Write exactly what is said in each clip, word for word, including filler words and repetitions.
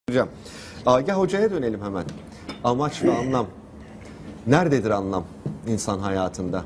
Hocam, Agah Hoca'ya dönelim hemen. Amaç ve anlam. Nerededir anlam insan hayatında?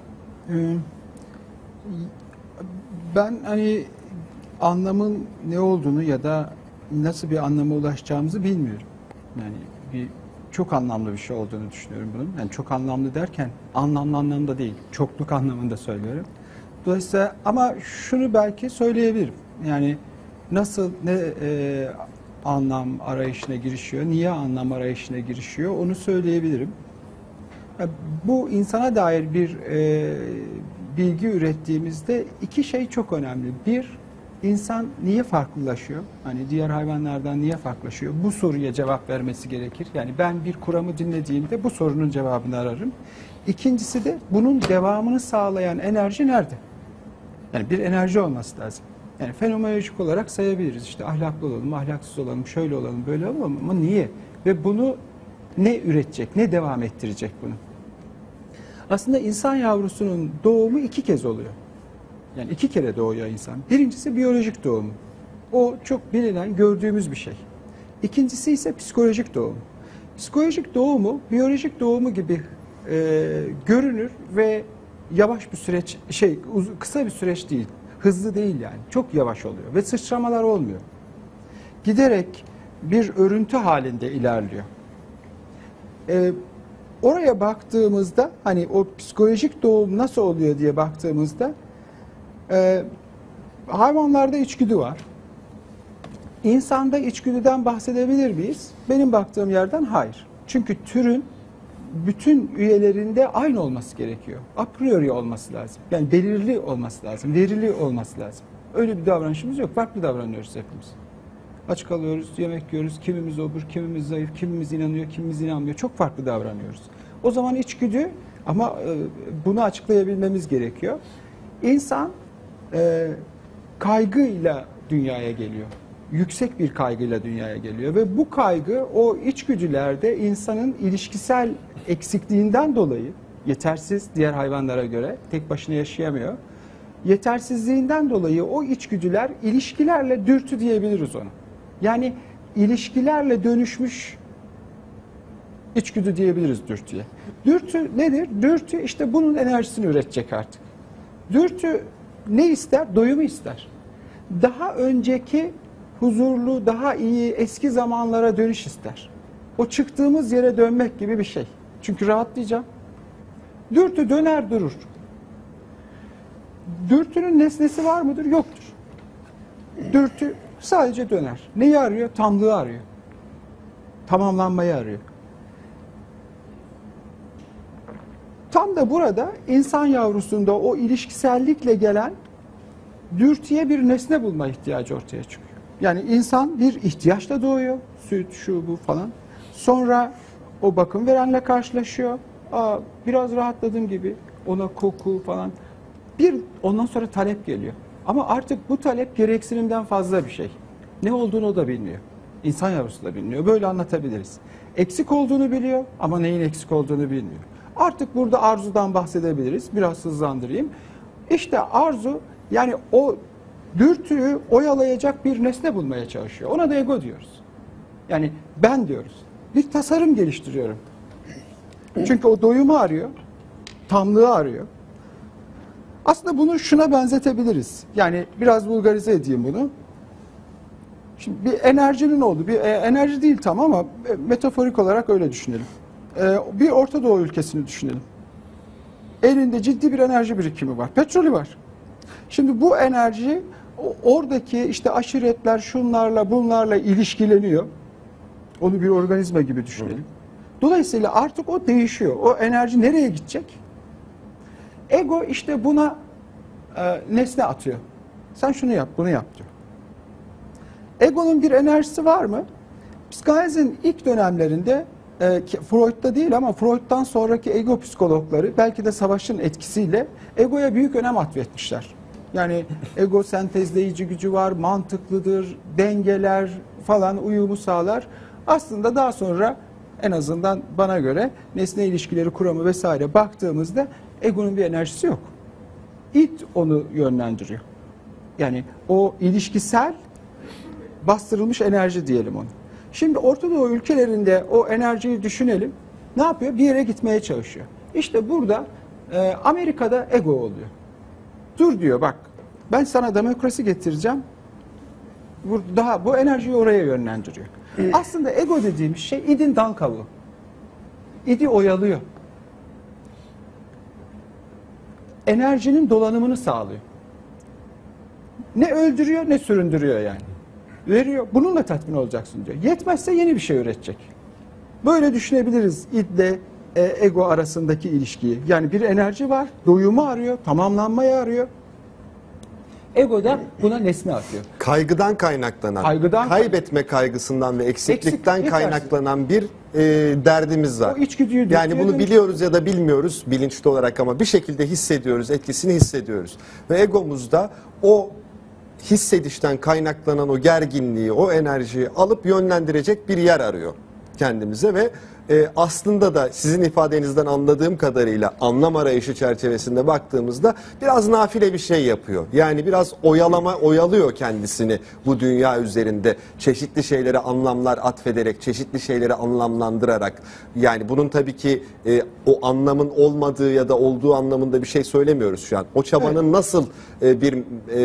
Ben hani anlamın ne olduğunu ya da nasıl bir anlama ulaşacağımızı bilmiyorum. Yani bir çok anlamlı bir şey olduğunu düşünüyorum bunun. Yani çok anlamlı derken anlamlı anlamda değil, çokluk anlamında söylüyorum. Dolayısıyla ama şunu belki söyleyebilirim. Yani nasıl ne e, anlam arayışına girişiyor, niye anlam arayışına girişiyor onu söyleyebilirim. Yani bu insana dair bir e, bilgi ürettiğimizde iki şey çok önemli. Bir, insan niye farklılaşıyor? Hani diğer hayvanlardan niye farklılaşıyor? Bu soruya cevap vermesi gerekir. Yani ben bir kuramı dinlediğimde bu sorunun cevabını ararım. İkincisi de bunun devamını sağlayan enerji nerede? Yani bir enerji olması lazım. Yani fenomenolojik olarak sayabiliriz. İşte ahlaklı olalım, ahlaksız olalım, şöyle olalım, böyle olalım ama niye? Ve bunu ne üretecek, ne devam ettirecek bunu? Aslında insan yavrusunun doğumu iki kez oluyor. Yani iki kere doğuyor insan. Birincisi biyolojik doğum. O çok bilinen, gördüğümüz bir şey. İkincisi ise psikolojik doğum. Psikolojik doğumu, biyolojik doğumu gibi e, görünür ve yavaş bir süreç, şey kısa bir süreç değil, hızlı değil yani. Çok yavaş oluyor ve sıçramalar olmuyor. Giderek bir örüntü halinde ilerliyor. E, oraya baktığımızda, hani o psikolojik doğum nasıl oluyor diye baktığımızda, e, hayvanlarda içgüdü var. İnsanda içgüdüden bahsedebilir miyiz? Benim baktığım yerden hayır. Çünkü türün bütün üyelerinde aynı olması gerekiyor. A priori olması lazım. Yani belirli olması lazım, verili olması lazım. Öyle bir davranışımız yok. Farklı davranıyoruz hepimiz. Aç kalıyoruz, yemek yiyoruz, kimimiz obur, kimimiz zayıf, kimimiz inanıyor, kimimiz inanmıyor. Çok farklı davranıyoruz. O zaman içgüdü, ama bunu açıklayabilmemiz gerekiyor. İnsan e, kaygıyla dünyaya geliyor. Yüksek bir kaygıyla dünyaya geliyor ve bu kaygı o içgüdülerde insanın ilişkisel eksikliğinden dolayı, yetersiz diğer hayvanlara göre, tek başına yaşayamıyor. Yetersizliğinden dolayı o içgüdüler ilişkilerle dürtü diyebiliriz ona. Yani ilişkilerle dönüşmüş içgüdü diyebiliriz dürtüye. Dürtü nedir? Dürtü işte bunun enerjisini üretecek artık. Dürtü ne ister? Doyumu ister. Daha önceki huzurlu, daha iyi eski zamanlara dönüş ister. O çıktığımız yere dönmek gibi bir şey. Çünkü rahatlayacağım. Dürtü döner durur. Dürtünün nesnesi var mıdır? Yoktur. Dürtü sadece döner. Neyi arıyor? Tamlığı arıyor. Tamamlanmayı arıyor. Tam da burada insan yavrusunda o ilişkisellikle gelen dürtüye bir nesne bulma ihtiyacı ortaya çıkıyor. Yani insan bir ihtiyaçla doğuyor. Süt, şu, bu falan. Sonra o bakım verenle karşılaşıyor. Aa, biraz rahatladım gibi. Ona koku falan. Bir ondan sonra talep geliyor. Ama artık bu talep gereksinimden fazla bir şey. Ne olduğunu o da bilmiyor. İnsan yavrusu da bilmiyor. Böyle anlatabiliriz. Eksik olduğunu biliyor ama neyin eksik olduğunu bilmiyor. Artık burada arzudan bahsedebiliriz. Biraz hızlandırayım. İşte arzu, yani o dürtüyü oyalayacak bir nesne bulmaya çalışıyor. Ona da ego diyoruz. Yani ben diyoruz. Bir tasarım geliştiriyorum. Çünkü o doyumu arıyor. Tamlığı arıyor. Aslında bunu şuna benzetebiliriz. Yani biraz vulgarize edeyim bunu. Şimdi bir enerjinin olduğu, bir enerji değil tam ama metaforik olarak öyle düşünelim. Bir Orta Doğu ülkesini düşünelim. Elinde ciddi bir enerji birikimi var. Petrolü var. Şimdi bu enerji oradaki işte aşiretler şunlarla bunlarla ilişkileniyor. Onu bir organizma gibi düşünelim. Dolayısıyla artık o değişiyor. O enerji nereye gidecek? Ego işte buna e, nesne atıyor. Sen şunu yap, bunu yap diyor. Egonun bir enerjisi var mı? Psikanalizin ilk dönemlerinde e, Freud'da değil ama Freud'dan sonraki ego psikologları belki de savaşın etkisiyle egoya büyük önem atfetmişler. Yani ego sentezleyici gücü var, mantıklıdır, dengeler falan uyumu sağlar. Aslında daha sonra en azından bana göre nesne ilişkileri kuramı vesaire baktığımızda egonun bir enerjisi yok. İt onu yönlendiriyor. Yani o ilişkisel bastırılmış enerji diyelim onu. Şimdi Orta Doğu ülkelerinde o enerjiyi düşünelim. Ne yapıyor? Bir yere gitmeye çalışıyor. İşte burada e, Amerika'da ego oluyor. Dur diyor, bak ben sana demokrasi getireceğim. Bu, daha bu enerjiyi oraya yönlendiriyor. Aslında ego dediğimiz şey idin dal kavuğu. İdi oyalıyor. Enerjinin dolanımını sağlıyor. Ne öldürüyor ne süründürüyor yani. Veriyor. Bununla tatmin olacaksın diyor. Yetmezse yeni bir şey üretecek. Böyle düşünebiliriz idle e, ego arasındaki ilişkiyi. Yani bir enerji var, doyumu arıyor, tamamlanmayı arıyor. Ego da buna nesne atıyor. Kaygıdan kaynaklanan, Kaygıdan- kaybetme kaygısından ve eksiklikten Eksik, kaynaklanan bir e, derdimiz var. O içgüdüyü Yani dürtüye bunu dönüştürüyor. biliyoruz ya da bilmiyoruz bilinçli olarak ama bir şekilde hissediyoruz, etkisini hissediyoruz. Ve egomuzda o hissedişten kaynaklanan o gerginliği, o enerjiyi alıp yönlendirecek bir yer arıyor kendimize ve e, aslında da sizin ifadenizden anladığım kadarıyla anlam arayışı çerçevesinde baktığımızda biraz nafile bir şey yapıyor. Yani biraz oyalama, oyalıyor kendisini bu dünya üzerinde çeşitli şeylere anlamlar atfederek, çeşitli şeyleri anlamlandırarak. Yani bunun tabii ki e, o anlamın olmadığı ya da olduğu anlamında bir şey söylemiyoruz şu an. O çabanın nasıl e, bir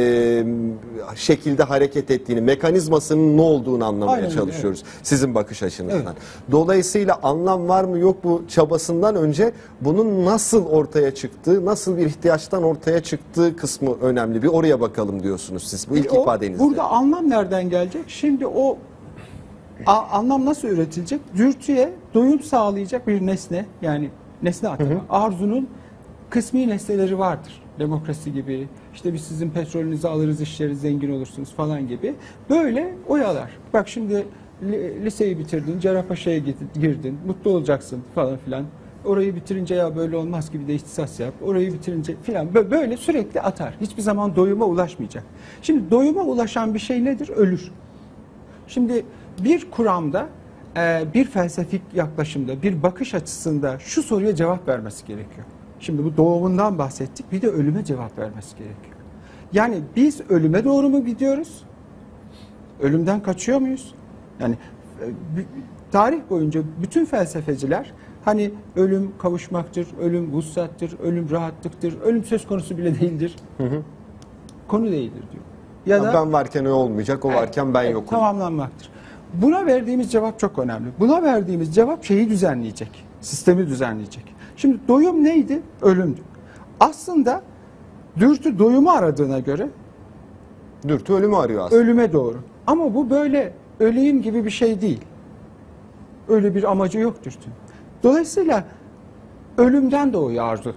e, şekilde hareket ettiğini, mekanizmasının ne olduğunu anlamaya Aynen öyle, çalışıyoruz. Sizin bakış açınızdan. Evet. Dolayısıyla anlam var mı yok bu çabasından önce bunun nasıl ortaya çıktığı, nasıl bir ihtiyaçtan ortaya çıktığı kısmı önemli. Bir oraya bakalım diyorsunuz siz bu ilk O, ifadenizde. Burada anlam nereden gelecek? Şimdi o a- anlam nasıl üretilecek? Dürtüye doyum sağlayacak bir nesne, yani nesne atama. Hı hı. Arzunun kısmi nesneleri vardır. Demokrasi gibi, işte biz sizin petrolünüzü alırız, işleriz, zengin olursunuz falan gibi. Böyle oyalar. Bak şimdi li- liseyi bitirdin, Cerrahpaşa'ya girdin, mutlu olacaksın falan filan. Orayı bitirince ya böyle olmaz gibi de ihtisas yap. Orayı bitirince filan böyle sürekli atar. Hiçbir zaman doyuma ulaşmayacak. Şimdi doyuma ulaşan bir şey nedir? Ölür. Şimdi bir kuramda, e, bir felsefik yaklaşımda, bir bakış açısında şu soruya cevap vermesi gerekiyor. Şimdi bu doğumundan bahsettik. Bir de ölüme cevap vermesi gerekiyor. Yani biz ölüme doğru mu gidiyoruz? Ölümden kaçıyor muyuz? Yani e, tarih boyunca bütün felsefeciler hani ölüm kavuşmaktır, ölüm vussattır, ölüm rahatlıktır, ölüm söz konusu bile değildir. Hı hı. Konu değildir diyor. Ya Ya da ben varken o olmayacak, o varken ben evet, yokum. tamamlanmaktır. Buna verdiğimiz cevap çok önemli. Buna verdiğimiz cevap şeyi düzenleyecek, sistemi düzenleyecek. Şimdi doyum neydi? Ölümdü. Aslında dürtü doyumu aradığına göre Dürtü ölümü arıyor aslında. ölüme doğru. Ama bu böyle öleyim gibi bir şey değil. Öyle bir amacı yok dürtünün. Dolayısıyla ölümden doğuyor arzu.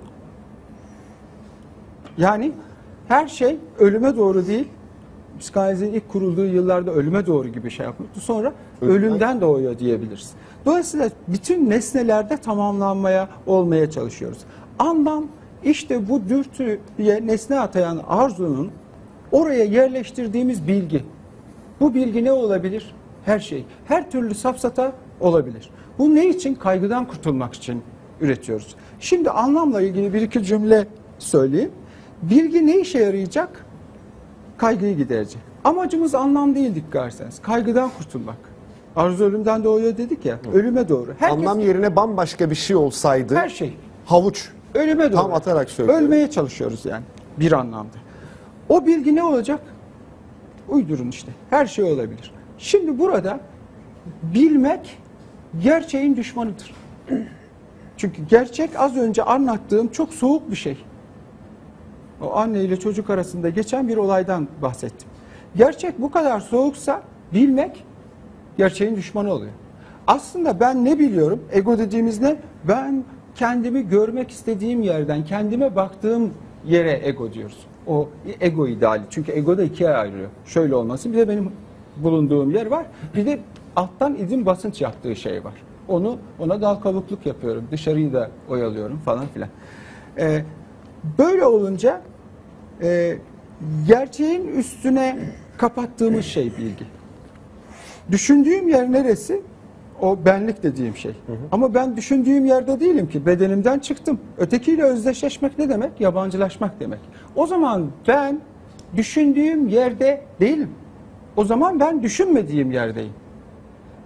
Yani her şey ölüme doğru değil. Psikanalizin ilk kurulduğu yıllarda ölüme doğru gibi şey yapıldı. Sonra Ölümden- ölümden doğuyor diyebiliriz. Dolayısıyla bütün nesnelerde tamamlanmaya, olmaya çalışıyoruz. Anlam işte bu dürtüye nesne atayan arzunun oraya yerleştirdiğimiz bilgi. Bu bilgi ne olabilir? Her şey. Her türlü safsata olabilir. Bu ne için? Kaygıdan kurtulmak için üretiyoruz. Şimdi anlamla ilgili bir iki cümle söyleyeyim. Bilgi ne işe yarayacak? Kaygıyı giderecek. Amacımız anlam değil, dikkat ederseniz. Kaygıdan kurtulmak. Arzu ölümden doğuyor dedik ya. Ölüme doğru. Herkes, Anlam yerine bambaşka bir şey olsaydı her şey. havuç. Ölüme doğru. Tam atarak söylüyorum. Ölmeye çalışıyoruz yani bir anlamda. O bilgi ne olacak? Uydurun işte. Her şey olabilir. Şimdi burada bilmek gerçeğin düşmanıdır. Çünkü gerçek az önce anlattığım çok soğuk bir şey. O anne ile çocuk arasında geçen bir olaydan bahsettim. Gerçek bu kadar soğuksa bilmek gerçeğin düşmanı oluyor. Aslında ben ne biliyorum? Ego dediğimiz ne? Ben kendimi görmek istediğim yerden, kendime baktığım yere ego diyoruz. O ego ideali. Çünkü ego da ikiye ayrılıyor. Şöyle olması. Bir de benim bulunduğum yer var. Bir de alttan idin basınç yaptığı şey var. Onu ona dal kavukluk yapıyorum. Dışarıyı da oyalıyorum falan filan. Ee, böyle olunca e, gerçeğin üstüne kapattığımız şey bilgi. Düşündüğüm yer neresi? O benlik dediğim şey. Hı hı. Ama ben düşündüğüm yerde değilim ki. Bedenimden çıktım. Ötekiyle özdeşleşmek ne demek? Yabancılaşmak demek. O zaman ben düşündüğüm yerde değilim. O zaman ben düşünmediğim yerdeyim.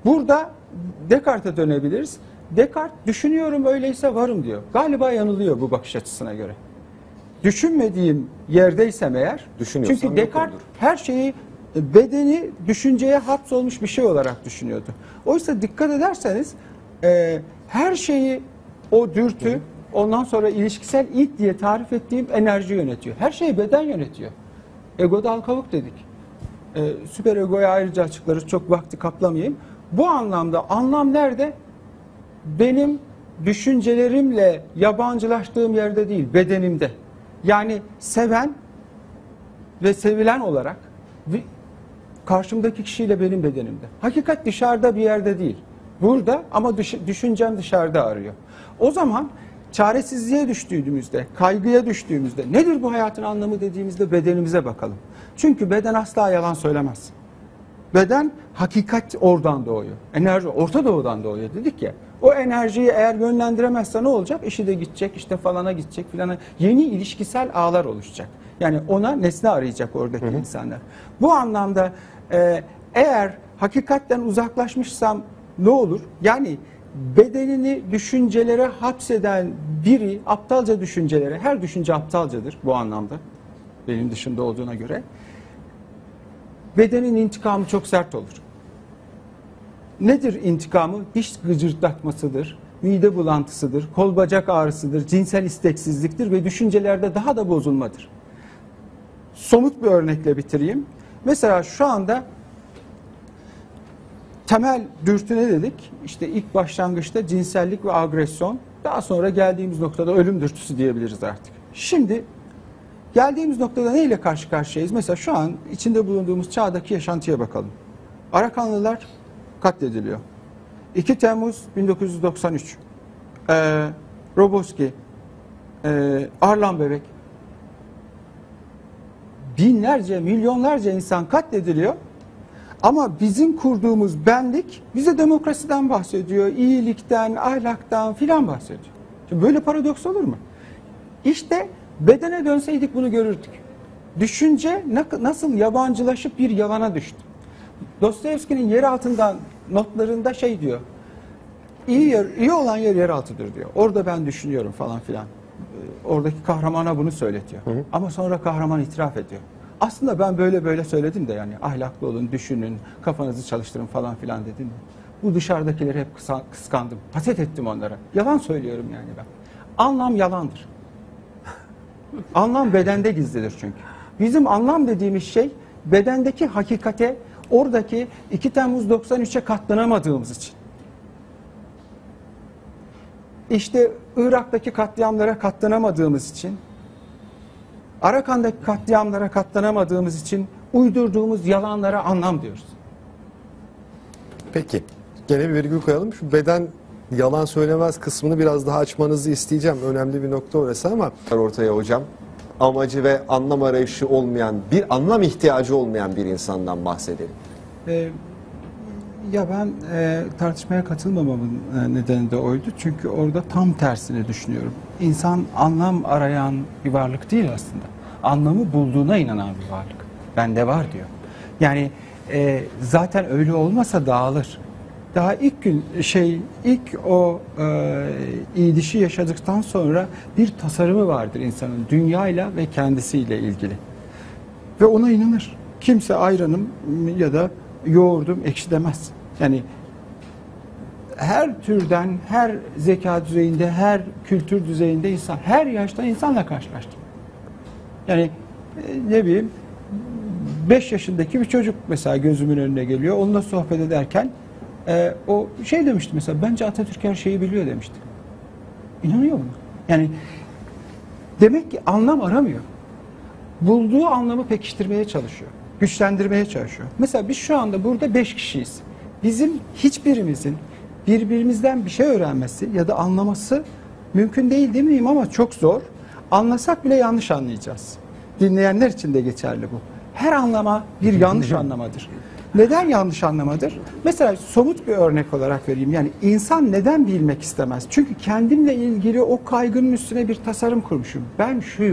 Burada Descartes'e dönebiliriz. Descartes düşünüyorum öyleyse varım diyor. Galiba yanılıyor bu bakış açısına göre. Düşünmediğim yerdeysem eğer, çünkü Descartes her şeyi, bedeni düşünceye hapsolmuş bir şey olarak düşünüyordu. Oysa dikkat ederseniz e, her şeyi o dürtü, hı hı, ondan sonra ilişkisel id diye tarif ettiğim enerji yönetiyor. Her şeyi beden yönetiyor. Ego dal kavuk dedik. E, süper egoya ayrıca açıklarız, çok vakti kaplamayayım. Bu anlamda anlam nerede? Benim düşüncelerimle yabancılaştığım yerde değil, bedenimde. Yani seven ve sevilen olarak karşımdaki kişiyle benim bedenimde. Hakikat dışarıda bir yerde değil. Burada ama düş, düşüncem dışarıda arıyor. O zaman çaresizliğe düştüğümüzde, kaygıya düştüğümüzde, nedir bu hayatın anlamı dediğimizde bedenimize bakalım. Çünkü beden asla yalan söylemez. Beden hakikat oradan doğuyor. Enerji Orta Doğu'dan doğuyor dedik ya. O enerjiyi eğer yönlendiremezse ne olacak? İşi de gidecek, işte falana gidecek filana. Yeni ilişkisel ağlar oluşacak. Yani ona nesne arayacak oradaki, hı hı, insanlar. Bu anlamda e, eğer hakikatten uzaklaşmışsam ne olur? Yani bedenini düşüncelere hapseden biri, aptalca düşüncelere, her düşünce aptalcadır bu anlamda. Benim dışında olduğuna göre. Bedenin intikamı çok sert olur. Nedir intikamı? Diş gıcırdatmasıdır, mide bulantısıdır, kol bacak ağrısıdır, cinsel isteksizliktir ve düşüncelerde daha da bozulmadır. Somut bir örnekle bitireyim. Mesela şu anda temel dürtü ne dedik? İşte ilk başlangıçta cinsellik ve agresyon, daha sonra geldiğimiz noktada ölüm dürtüsü diyebiliriz artık. Şimdi geldiğimiz noktada neyle karşı karşıyayız? Mesela şu an içinde bulunduğumuz çağdaki yaşantıya bakalım. Arakanlılar katlediliyor. iki Temmuz bin dokuz yüz doksan üç. Ee, Roboski, e, Arlan Bebek. Binlerce, milyonlarca insan katlediliyor. Ama bizim kurduğumuz benlik bize demokrasiden bahsediyor, iyilikten, ahlaktan filan bahsediyor. Şimdi böyle paradoks olur mu? İşte bedene dönseydik bunu görürdük. Düşünce nasıl yabancılaşıp bir yalana düştü. Dostoyevski'nin yer altından notlarında şey diyor. İyi yer, iyi olan yer yer altıdır diyor. Orada ben düşünüyorum falan filan. Oradaki kahramana bunu söyletiyor. Hı hı. Ama sonra kahraman itiraf ediyor. Aslında ben böyle böyle söyledim de yani ahlaklı olun, düşünün, kafanızı çalıştırın falan filan dedim. Bu dışarıdakileri hep kıskandım. Haset ettim onlara. Yalan söylüyorum yani ben. Anlam yalandır. Anlam bedende gizlidir çünkü. Bizim anlam dediğimiz şey bedendeki hakikate, oradaki iki Temmuz doksan üçe katlanamadığımız için. İşte Irak'taki katliamlara katlanamadığımız için, Arakan'daki katliamlara katlanamadığımız için uydurduğumuz yalanlara anlam diyoruz. Peki, gene bir virgül koyalım. Şu beden yalan söylemez kısmını biraz daha açmanızı isteyeceğim. Önemli bir nokta orası ama ortaya hocam. Amacı ve anlam arayışı olmayan, bir anlam ihtiyacı olmayan bir insandan bahsedelim. Ee, ya ben e, tartışmaya katılmamamın e, nedeni de oydu. Çünkü orada tam tersini düşünüyorum. İnsan anlam arayan bir varlık değil aslında. Anlamı bulduğuna inanan bir varlık. Bende var diyor. Yani e, zaten öyle olmasa dağılır. Daha ilk gün şey ilk o e, iyidişi yaşadıktan sonra bir tasarımı vardır insanın dünyayla ve kendisiyle ilgili. Ve ona inanır. Kimse ayranım ya da yoğurdum ekşi demez. Yani her türden, her zeka düzeyinde, her kültür düzeyinde insan, her yaşta insanla karşılaştım. Yani e, ne bileyim beş yaşındaki bir çocuk mesela gözümün önüne geliyor. Onunla sohbet ederken e, o şey demişti mesela, bence Atatürk her şeyi biliyor demişti. İnanıyor mu? Yani demek ki anlam aramıyor. Bulduğu anlamı pekiştirmeye çalışıyor. Güçlendirmeye çalışıyor. Mesela biz şu anda burada beş kişiyiz. Bizim hiçbirimizin birbirimizden bir şey öğrenmesi ya da anlaması mümkün değil demeyeyim ama çok zor. Anlasak bile yanlış anlayacağız. Dinleyenler için de geçerli bu. Her anlama bir yanlış anlamadır. Neden yanlış anlamadır? Mesela somut bir örnek olarak vereyim. Yani insan neden bilmek istemez? Çünkü kendimle ilgili o kaygının üstüne bir tasarım kurmuşum. Ben şuyum,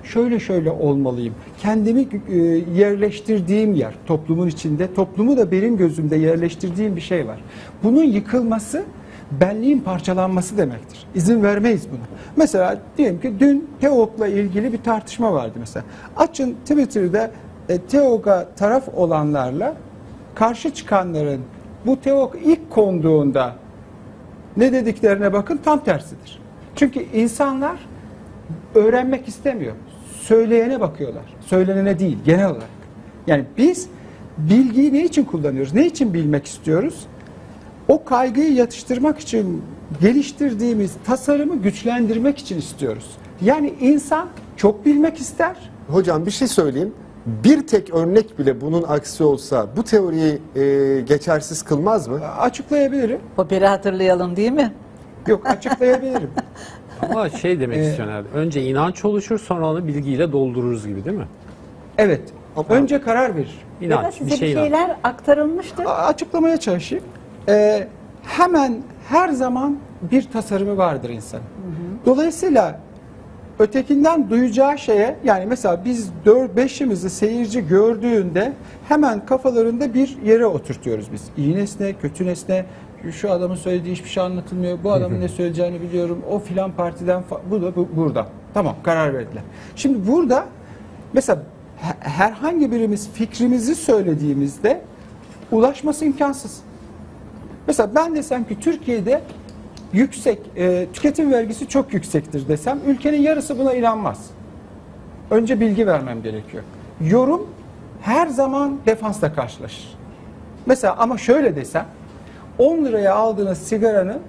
şöyle şöyle olmalıyım. Kendimi e, yerleştirdiğim yer, toplumun içinde, toplumu da benim gözümde yerleştirdiğim bir şey var. Bunun yıkılması, benliğin parçalanması demektir. İzin vermeyiz buna. Mesela diyelim ki dün TEOG'la ilgili bir tartışma vardı mesela. Açın Twitter'da e, TEOG'a taraf olanlarla karşı çıkanların bu TEOG ilk konduğunda ne dediklerine bakın, tam tersidir. Çünkü insanlar öğrenmek istemiyor. Söyleyene bakıyorlar. Söylenene değil, genel olarak. Yani biz bilgiyi ne için kullanıyoruz? Ne için bilmek istiyoruz? O kaygıyı yatıştırmak için geliştirdiğimiz tasarımı güçlendirmek için istiyoruz. Yani insan çok bilmek ister. Hocam bir şey söyleyeyim. Bir tek örnek bile bunun aksi olsa bu teoriyi e, geçersiz kılmaz mı? Açıklayabilirim. Popper'i hatırlayalım değil mi? Yok, açıklayabilirim. Ama şey demek Ee, istiyor herhalde. Önce inanç oluşur, sonra onu bilgiyle doldururuz gibi, değil mi? Evet. Önce karar verir. Ya da İnanç, size bir bir şey inanç. şeyler aktarılmıştır. A- Açıklamaya çalışayım. Ee, hemen her zaman bir tasarımı vardır insanın. Dolayısıyla ötekinden duyacağı şeye, yani mesela biz dört beşimizi seyirci gördüğünde hemen kafalarında bir yere oturtuyoruz biz. İyi nesne, kötü nesne, şu adamın söylediği hiçbir şey anlatılmıyor, bu adamın ne söyleyeceğini biliyorum, o filan partiden, fa- bu da bu, burada. Tamam, karar verdiler. Şimdi burada mesela he- herhangi birimiz fikrimizi söylediğimizde ulaşması imkansız. Mesela ben desem ki Türkiye'de yüksek, e, tüketim vergisi çok yüksektir desem, ülkenin yarısı buna inanmaz. Önce bilgi vermem gerekiyor. Yorum her zaman defansla karşılaşır. Mesela ama şöyle desem, on liraya aldığınız sigaranın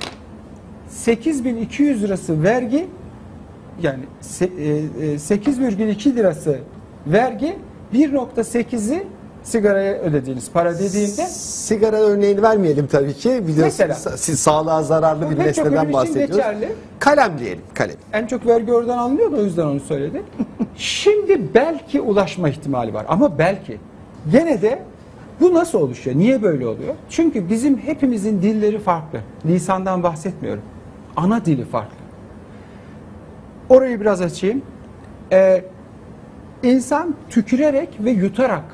sekiz bin iki yüz lirası vergi, yani sekiz virgül iki lirası vergi, bir virgül sekizi sigaraya ödediğiniz para dediğimde, Sigara örneğini vermeyelim tabii ki. Biliyorsunuz Mesela. siz sağlığa zararlı bir pek çok ürün nesneden için bahsediyoruz. geçerli. Kalem diyelim, kalem. En çok vergi oradan alınıyor da o yüzden onu söyledim. Şimdi belki ulaşma ihtimali var ama belki. Gene de bu nasıl oluşuyor? Niye böyle oluyor? Çünkü bizim hepimizin dilleri farklı. Lisandan bahsetmiyorum. Ana dili farklı. Orayı biraz açayım. Ee, insan tükürerek ve yutarak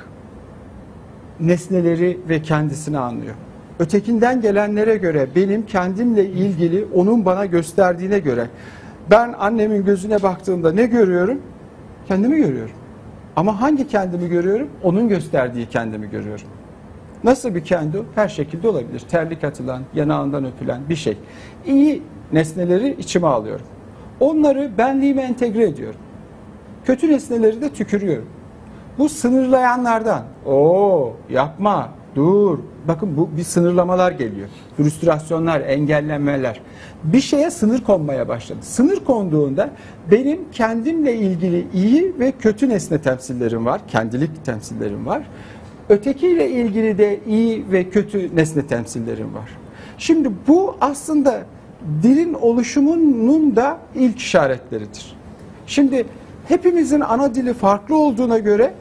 nesneleri ve kendisini anlıyor. Ötekinden gelenlere göre, benim kendimle ilgili onun bana gösterdiğine göre, ben annemin gözüne baktığımda ne görüyorum? Kendimi görüyorum. Ama hangi kendimi görüyorum? Onun gösterdiği kendimi görüyorum. Nasıl bir kendi o? Her şekilde olabilir. Terlik atılan, yanağından öpülen bir şey. İyi nesneleri içime alıyorum. Onları benliğime entegre ediyorum. Kötü nesneleri de tükürüyorum. Bu sınırlayanlardan. Oo, yapma, dur. Bakın bu bir sınırlamalar geliyor. Früstrasyonlar, engellenmeler. Bir şeye sınır konmaya başladı. Sınır konduğunda benim kendimle ilgili iyi ve kötü nesne temsillerim var. Kendilik temsillerim var. Ötekiyle ilgili de iyi ve kötü nesne temsillerim var. Şimdi bu aslında dilin oluşumunun da ilk işaretleridir. Şimdi hepimizin ana dili farklı olduğuna göre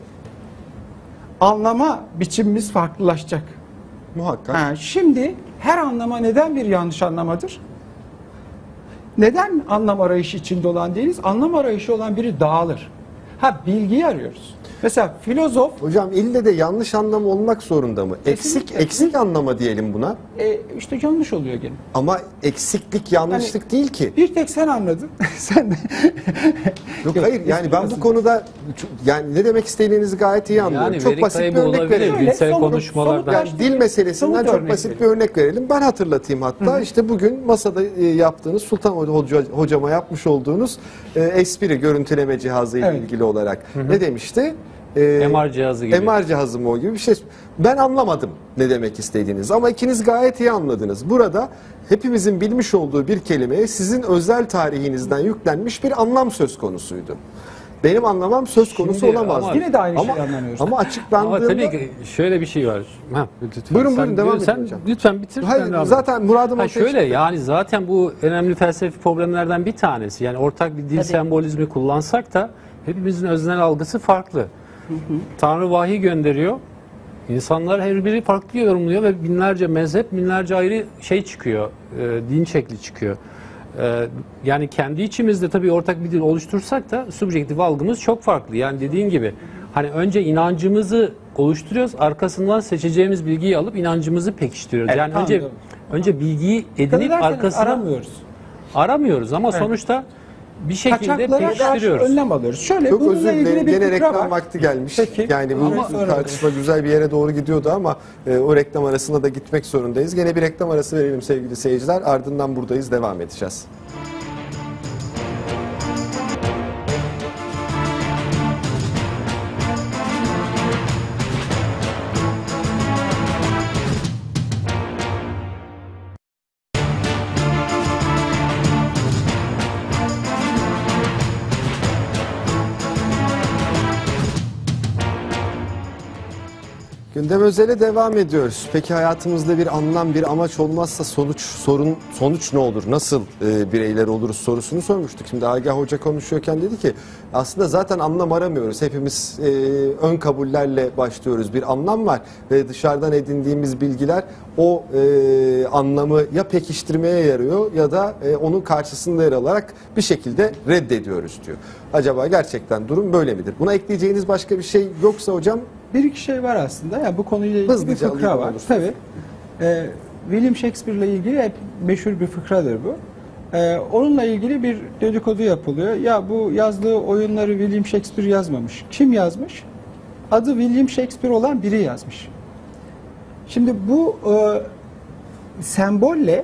anlama biçimimiz farklılaşacak. Muhakkak. Ha, şimdi her anlama neden bir yanlış anlamadır? Neden anlam arayışı içinde olan değiliz? Anlam arayışı olan biri dağılır. Ha, bilgiyi arıyoruz. Mesela filozof, Hocam ille de yanlış anlam olmak zorunda mı? Eksik Kesinlikle. eksik anlama diyelim buna. e, işte yanlış oluyor gene. Ama eksiklik yanlışlık Hani- değil ki. Bir tek sen anladın. Sen de. Yok, Yok, hayır, yani ben bu esprisi. konuda yani ne demek istediğinizi gayet iyi anlıyorum. Yani çok veri basit bir kaybı örnek olabilir. verelim. Dilsel Somut- konuşmalardan. somut- Yani dil meselesinden Somut çok örnek basit verelim. bir örnek verelim. Ben hatırlatayım hatta. İşte bugün masada e, yaptığınız Sultan Hoca, hocama yapmış olduğunuz e, espri görüntüleme cihazı ile Evet. ilgili olarak ne demişti? E, M R cihazı gibi. M R cihazı mı o gibi bir şey. Ben anlamadım ne demek istediğiniz ama ikiniz gayet iyi anladınız. Burada hepimizin bilmiş olduğu bir kelimeye sizin özel tarihinizden yüklenmiş bir anlam söz konusuydu. Benim anlamam söz konusu Şimdi olamaz. ama- Yine de aynı ama, şeyi anlamıyoruz. ama Ama açıklandığında tabii ki şöyle bir şey var. Ha, lütfen. Buyurun, Sen- buyurun, devam sen edin hocam. Lütfen bitir. Hayır, ben devam zaten edeyim. muradım Ha, ortaya şöyle çıktı. yani zaten bu önemli felsefi problemlerden bir tanesi. Yani ortak bir dil Tabii. sembolizmi kullansak da hepimizin öznel algısı farklı. Tanrı vahiy gönderiyor. İnsanlar her biri farklı yorumluyor ve binlerce mezhep, binlerce ayrı şey çıkıyor. E, din şekli çıkıyor. Ee, yani kendi içimizde tabii ortak bir dil oluştursak da subjektif algımız çok farklı. Yani dediğin gibi hani önce inancımızı oluşturuyoruz, arkasından seçeceğimiz bilgiyi alıp inancımızı pekiştiriyoruz. Evet, yani tamam, önce doğru. önce bilgiyi edinip Dikkat ederseniz arkasından aramıyoruz. aramıyoruz ama Evet. sonuçta bir şekilde Kaçaklara karşı pekiştiriyoruz. önlem alıyoruz. Şöyle Çok bununla özür ilgili dilerim. bir Gene fıkra reklam var. vakti gelmiş. Peki. Yani bu Ama sonra tartışma güzel bir yere doğru gidiyordu ama e, o reklam arasına da gitmek zorundayız. Gene bir reklam arası verelim sevgili seyirciler. Ardından buradayız. Devam edeceğiz. Gündem Özel'e devam ediyoruz. Peki hayatımızda bir anlam, bir amaç olmazsa sonuç sorun sonuç ne olur? Nasıl e, bireyler oluruz sorusunu sormuştuk. Şimdi Agah Hoca konuşuyorken dedi ki aslında zaten anlam aramıyoruz. Hepimiz e, ön kabullerle başlıyoruz. Bir anlam var ve dışarıdan edindiğimiz bilgiler o e, anlamı ya pekiştirmeye yarıyor ya da e, onun karşısında yer alarak bir şekilde reddediyoruz diyor. Acaba gerçekten durum böyle midir? Buna ekleyeceğiniz başka bir şey yoksa hocam? Bir iki şey var aslında. Yani bu konuyla ilgili Hızlıca bir fıkra alayım var. olursa. Tabii. Ee, William Shakespeare ile ilgili hep meşhur bir fıkradır bu. Ee, onunla ilgili bir dedikodu yapılıyor. Ya bu yazdığı oyunları William Shakespeare yazmamış. Kim yazmış? Adı William Shakespeare olan biri yazmış. Şimdi bu e, sembolle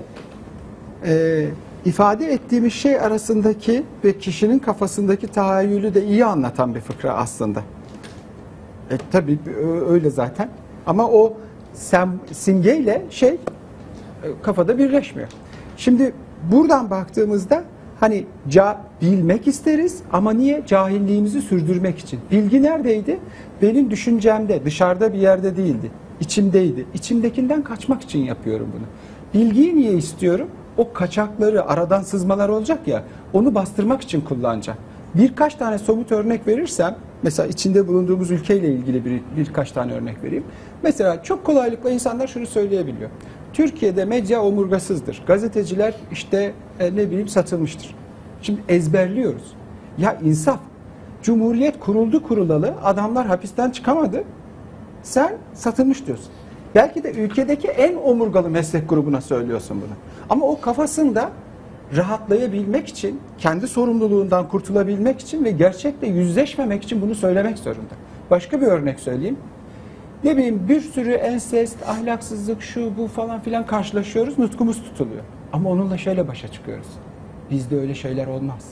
e, ifade ettiğimiz şey arasındaki ve kişinin kafasındaki tahayyülü de iyi anlatan bir fıkra aslında. E, tabii öyle zaten. Ama o sem, simgeyle şey e, kafada birleşmiyor. Şimdi buradan baktığımızda hani ca, bilmek isteriz ama niye? Cahilliğimizi sürdürmek için. Bilgi neredeydi? Benim düşüncemde, dışarıda bir yerde değildi. İçimdeydi. İçimdekinden kaçmak için yapıyorum bunu. Bilgiyi niye istiyorum? O kaçakları, aradan sızmalar olacak ya, onu bastırmak için kullanacağım. Birkaç tane somut örnek verirsem, mesela içinde bulunduğumuz ülkeyle ilgili bir, birkaç tane örnek vereyim. Mesela çok kolaylıkla insanlar şunu söyleyebiliyor. Türkiye'de medya omurgasızdır. Gazeteciler işte e, ne bileyim satılmıştır. Şimdi ezberliyoruz. Ya insaf. Cumhuriyet kuruldu kurulalı, adamlar hapisten çıkamadı. Sen satılmış diyorsun. Belki de ülkedeki en omurgalı meslek grubuna söylüyorsun bunu. Ama o kafasında rahatlayabilmek için, kendi sorumluluğundan kurtulabilmek için ve gerçekle yüzleşmemek için bunu söylemek zorunda. Başka bir örnek söyleyeyim. Ne bileyim bir sürü ensest, ahlaksızlık, şu bu falan filan karşılaşıyoruz, nutkumuz tutuluyor. Ama onunla şöyle başa çıkıyoruz. Bizde öyle şeyler olmaz.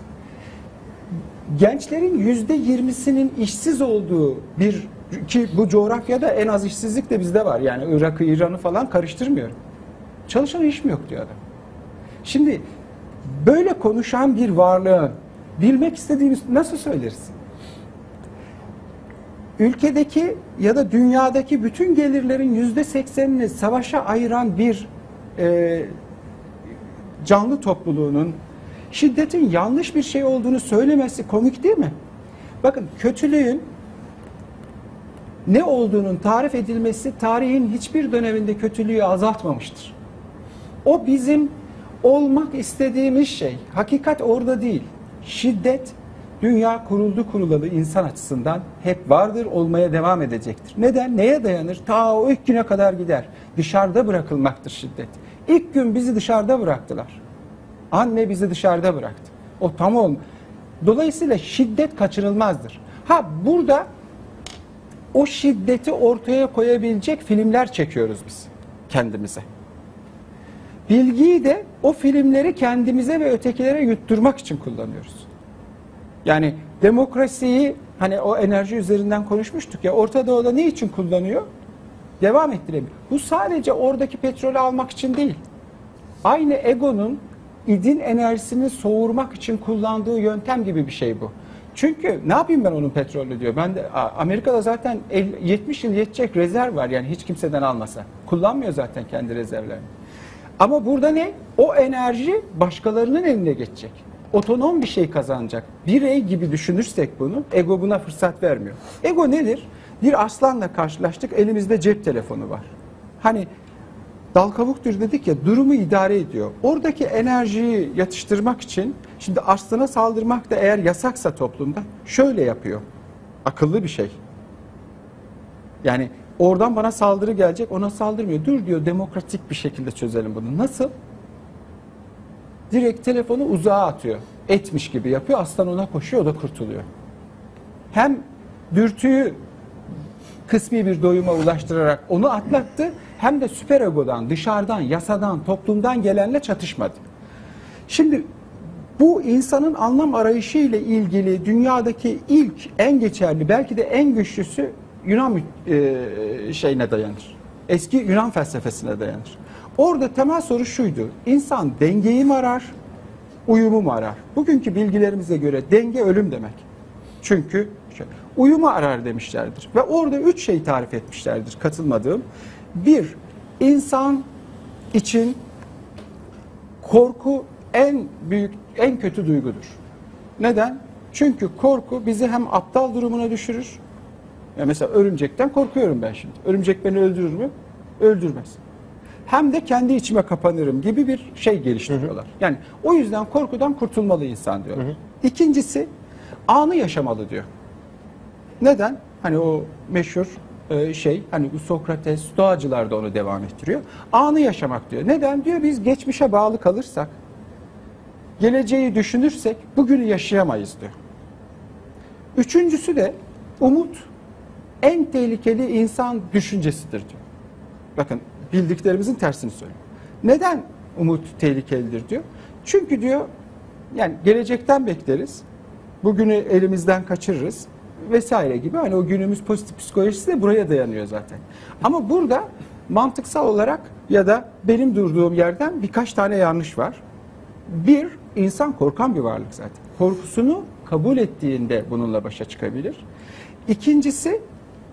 Gençlerin yüzde yirmisinin işsiz olduğu bir, ki bu coğrafyada en az işsizlik de bizde var. Yani Irak'ı, İran'ı falan karıştırmıyorum. Çalışan iş mi yok diyor adam. Şimdi böyle konuşan bir varlığın bilmek istediğimiz nasıl söyleriz? Ülkedeki ya da dünyadaki bütün gelirlerin yüzde seksenini savaşa ayıran bir e, canlı topluluğunun şiddetin yanlış bir şey olduğunu söylemesi komik değil mi? Bakın kötülüğün ne olduğunun tarif edilmesi tarihin hiçbir döneminde kötülüğü azaltmamıştır. O bizim olmak istediğimiz şey. Hakikat orada değil. Şiddet dünya kuruldu kurulalı insan açısından hep vardır, olmaya devam edecektir. Neden? Neye dayanır? Ta o ilk güne kadar gider. Dışarıda bırakılmaktır şiddet. İlk gün bizi dışarıda bıraktılar. Anne bizi dışarıda bıraktı. O tam ol. Dolayısıyla şiddet kaçınılmazdır. Ha burada o şiddeti ortaya koyabilecek filmler çekiyoruz biz kendimize. Bilgiyi de o filmleri kendimize ve ötekilere yutturmak için kullanıyoruz. Yani demokrasiyi hani o enerji üzerinden konuşmuştuk ya, Orta Doğu'da ne için kullanıyor? Devam ettiremiyor. Bu sadece oradaki petrolü almak için değil. Aynı egonun idin enerjisini soğurmak için kullandığı yöntem gibi bir şey bu. Çünkü ne yapayım ben onun petrolü diyor. Ben de Amerika'da zaten yetmiş yıl yetecek rezerv var yani hiç kimseden almasa. Kullanmıyor zaten kendi rezervlerini. Ama burada ne? O enerji başkalarının eline geçecek. Otonom bir şey kazanacak. Birey gibi düşünürsek bunu, ego buna fırsat vermiyor. Ego nedir? Bir aslanla karşılaştık, elimizde cep telefonu var. Hani dal kabuktur dedik ya, durumu idare ediyor. Oradaki enerjiyi yatıştırmak için, şimdi aslana saldırmak da eğer yasaksa toplumda şöyle yapıyor. Akıllı bir şey. Yani oradan bana saldırı gelecek, ona saldırmıyor. Dur diyor, demokratik bir şekilde çözelim bunu. Nasıl? Direkt telefonu uzağa atıyor. Etmiş gibi yapıyor. Aslan ona koşuyor, o da kurtuluyor. Hem dürtüyü kısmi bir doyuma ulaştırarak onu atlattı, hem de süper egodan, dışarıdan, yasadan, toplumdan gelenle çatışmadı. Şimdi bu insanın anlam arayışı ile ilgili dünyadaki ilk, en geçerli, belki de en güçlüsü Yunan e, şeyine dayanır. Eski Yunan felsefesine dayanır. Orada temel soru şuydu: İnsan dengeyi mi arar, uyumu mu arar? Bugünkü bilgilerimize göre denge ölüm demek. Çünkü şey, uyumu arar demişlerdir. Ve orada üç şey tarif etmişlerdir katılmadığım. Bir, insan için korku en büyük, en kötü duygudur. Neden? Çünkü korku bizi hem aptal durumuna düşürür. Ya mesela örümcekten korkuyorum ben şimdi. Örümcek beni öldürür mü? Öldürmez. Hem de kendi içime kapanırım gibi bir şey geliştiriyorlar. Hı hı. Yani o yüzden korkudan kurtulmalı insan diyor. Hı hı. İkincisi, anı yaşamalı diyor. Neden? Hani o meşhur şey, hani bu Sokrates, Stoacılar da onu devam ettiriyor. Anı yaşamak diyor. Neden? Diyor, biz geçmişe bağlı kalırsak, geleceği düşünürsek bugünü yaşayamayız diyor. Üçüncüsü de umut en tehlikeli insan düşüncesidir diyor. Bakın, bildiklerimizin tersini söylüyor. Neden umut tehlikelidir diyor? Çünkü diyor, yani gelecekten bekleriz, bugünü elimizden kaçırırız vesaire gibi. Hani o günümüz pozitif psikolojisi de buraya dayanıyor zaten. Ama burada mantıksal olarak ya da benim durduğum yerden birkaç tane yanlış var. Bir, insan korkan bir varlık zaten. Korkusunu kabul ettiğinde bununla başa çıkabilir. İkincisi,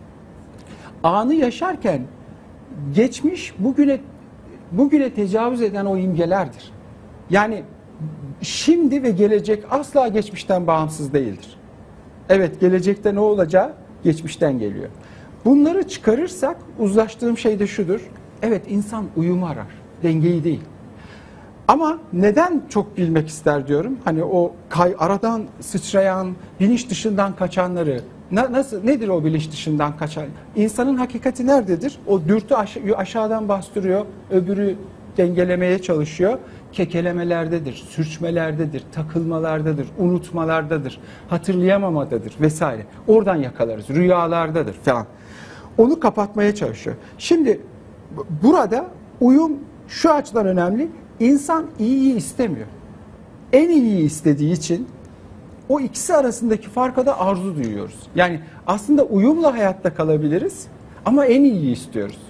anı yaşarken geçmiş bugüne bugüne tecavüz eden o imgelerdir. Yani şimdi ve gelecek asla geçmişten bağımsız değildir. Evet, gelecekte ne olacağı geçmişten geliyor. Bunları çıkarırsak uzlaştığım şey de şudur: evet, insan uyumu arar, dengeyi değil. Ama neden çok bilmek ister diyorum? Hani o kay, aradan sıçrayan, bilinç dışından kaçanları, na, nasıl nedir o bilinç dışından kaçan? İnsanın hakikati nerededir? O dürtü aş, aşağıdan bastırıyor, öbürü dengelemeye çalışıyor. Kekelemelerdedir, sürçmelerdedir, takılmalardadır, unutmalardadır, hatırlayamamadadır vesaire. Oradan yakalarız, rüyalardadır falan. Onu kapatmaya çalışıyor. Şimdi burada uyum şu açıdan önemli: İnsan iyiyi istemiyor. En iyiyi istediği için o ikisi arasındaki farka da arzu duyuyoruz. Yani aslında uyumla hayatta kalabiliriz ama en iyiyi istiyoruz.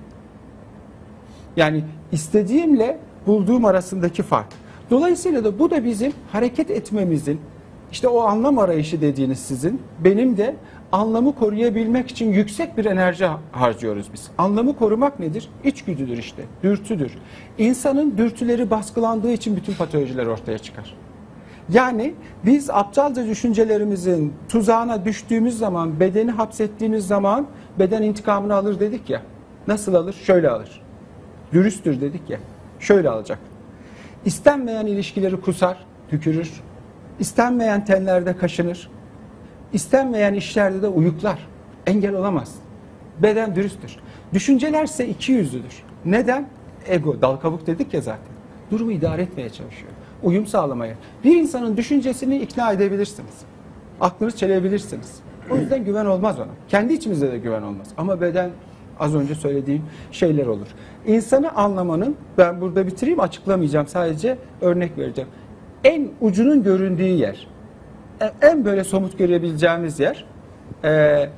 Yani istediğimle bulduğum arasındaki fark. Dolayısıyla da bu da bizim hareket etmemizin, işte o anlam arayışı dediğiniz sizin, benim de anlamı koruyabilmek için yüksek bir enerji harcıyoruz biz. Anlamı korumak nedir? İçgüdüdür işte, dürtüdür. İnsanın dürtüleri baskılandığı için bütün patolojiler ortaya çıkar. Yani biz aptalca düşüncelerimizin tuzağına düştüğümüz zaman, bedeni hapsettiğimiz zaman beden intikamını alır dedik ya. Nasıl alır? Şöyle alır. Dürüsttür dedik ya. Şöyle alacak. İstenmeyen ilişkileri kusar, tükürür. İstenmeyen tenlerde kaşınır. İstenmeyen işlerde de uyuklar. Engel olamaz. Beden dürüsttür. Düşüncelerse iki yüzlüdür. Neden? Ego, dal kabuk dedik ya zaten. Durumu idare etmeye çalışıyor. Uyum sağlamaya. Bir insanın düşüncesini ikna edebilirsiniz. Aklınız çelebilirsiniz. O yüzden güven olmaz ona. Kendi içimizde de güven olmaz. Ama beden, az önce söylediğim şeyler olur. İnsanı anlamanın, ben burada bitireyim, açıklamayacağım, sadece örnek vereceğim. En ucunun göründüğü yer, en böyle somut görebileceğimiz yer, e,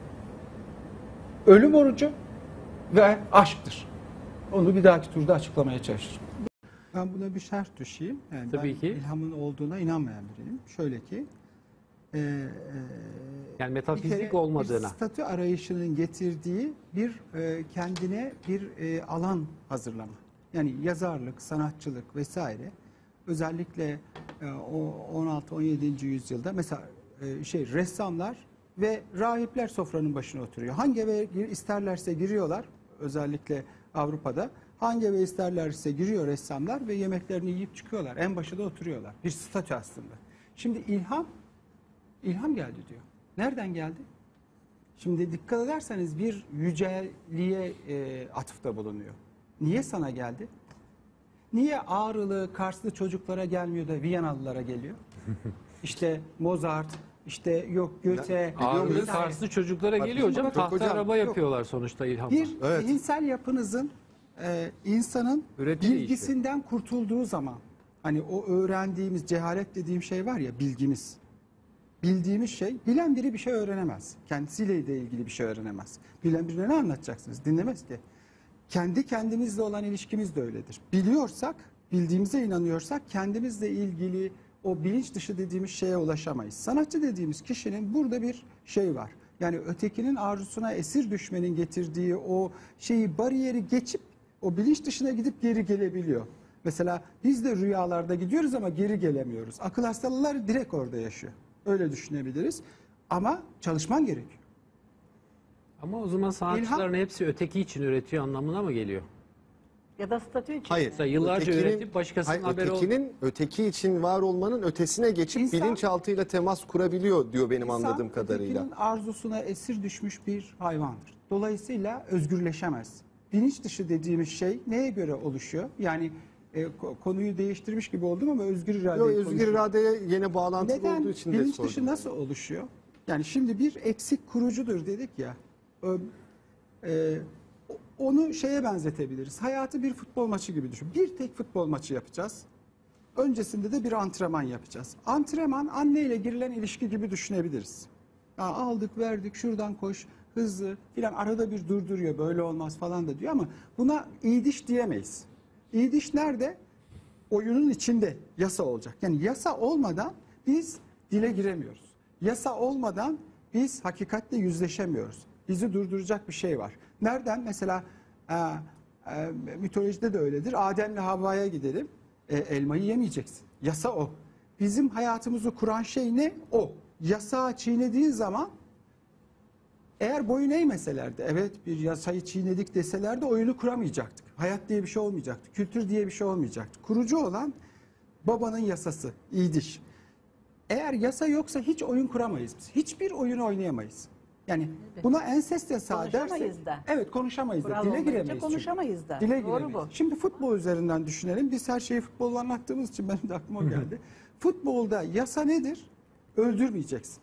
ölüm orucu ve aşktır. Onu bir dahaki turda açıklamaya çalışırım. Ben buna bir şerh düşeyim. Yani Tabii ben ki. ilhamın olduğuna inanmayan biriyim. Şöyle ki, e, e, Yani bir metafizik kere olmadığına. bir statü arayışının getirdiği bir e, kendine bir e, alan hazırlama. Yani yazarlık, sanatçılık vesaire. Özellikle e, o on altı on yedinci yüzyılda mesela e, şey ressamlar ve rahipler sofranın başına oturuyor. Hangi eve gir, isterlerse giriyorlar, özellikle Avrupa'da. Hangi eve isterlerse giriyor ressamlar ve yemeklerini yiyip çıkıyorlar. En başında oturuyorlar. Bir statü aslında. Şimdi ilham, ilham geldi diyor. Nereden geldi? Şimdi dikkat ederseniz bir yüceliğe e, atıfta bulunuyor. Niye sana geldi? Niye Ağrılı, Karslı çocuklara gelmiyor da Viyanalılara geliyor? İşte Mozart, işte yok Göte. Ağırlığı vesaire. Karslı çocuklara Bak, geliyor hocam. bak, Tahta hocam, araba yok. yapıyorlar sonuçta ilhamla. Bir Evet. zihinsel yapınızın e, insanın Üretim bilgisinden kurtulduğu zaman, hani o öğrendiğimiz cehalet dediğim şey var ya, bilgimiz. Bildiğimiz şey, bilen biri bir şey öğrenemez. Kendisiyle de ilgili bir şey öğrenemez. Bilen birine ne anlatacaksınız? Dinlemez ki. Kendi kendimizle olan ilişkimiz de öyledir. Biliyorsak, bildiğimize inanıyorsak kendimizle ilgili o bilinç dışı dediğimiz şeye ulaşamayız. Sanatçı dediğimiz kişinin burada bir şey var. Yani ötekinin arzusuna esir düşmenin getirdiği o şeyi, bariyeri geçip o bilinç dışına gidip geri gelebiliyor. Mesela biz de rüyalarda gidiyoruz ama geri gelemiyoruz. Akıl hastalıkları direkt orada yaşıyor. Öyle düşünebiliriz. Ama çalışman gerekiyor. Ama o zaman sanatçıların hepsi öteki için üretiyor anlamına mı geliyor? Ya da statü için. Hayır. Mesela yıllarca Ötekinin- üretip başkasının hayır, haberi ötekinin, öteki için var olmanın ötesine geçip İnsan- bilinçaltıyla temas kurabiliyor diyor benim İnsan, anladığım kadarıyla. ötekinin arzusuna esir düşmüş bir hayvandır. Dolayısıyla özgürleşemez. Bilinç dışı dediğimiz şey neye göre oluşuyor? Yani e, ko- konuyu değiştirmiş gibi oldum ama özgür irade. Yo, özgür iradeye yine bağlantılı Neden olduğu için de bilinç sordum. dışı nasıl oluşuyor? Yani şimdi bir eksik kurucudur dedik ya. Ö- e, onu şeye benzetebiliriz. Hayatı bir futbol maçı gibi düşün. Bir tek futbol maçı yapacağız. Öncesinde de bir antrenman yapacağız. Antrenman anne ile girilen ilişki gibi düşünebiliriz. Ya aldık verdik şuradan koş hızlı filan, arada bir durduruyor, böyle olmaz falan da diyor ama buna iyi diş diyemeyiz. İyi diş nerede? Oyunun içinde yasa olacak. Yani yasa olmadan biz dile giremiyoruz. Yasa olmadan biz hakikatle yüzleşemiyoruz. Bizi durduracak bir şey var. Nereden? Mesela e, e, mitolojide de öyledir. Adem'le Havva'ya gidelim. E, elmayı yemeyeceksin. Yasa o. Bizim hayatımızı kuran şey ne? O. Yasağı çiğnediğin zaman, eğer boyun eğmeselerdi, evet bir yasayı çiğnedik deselerdi, oyunu kuramayacaktık. Hayat diye bir şey olmayacaktı. Kültür diye bir şey olmayacaktı. Kurucu olan babanın yasası, iyi diş. Eğer yasa yoksa hiç oyun kuramayız biz. Hiçbir oyunu oynayamayız. Yani buna ensest yasağı Konuşamayız dersek, da. evet konuşamayız da, Kural dile olmayınca giremeyiz. çünkü. konuşamayız da. Dile Doğru giremeyiz. bu. Şimdi futbol üzerinden düşünelim. Biz her şeyi futbolla anlattığımız için benim de aklıma o geldi. Futbolda yasa nedir? Öldürmeyeceksin.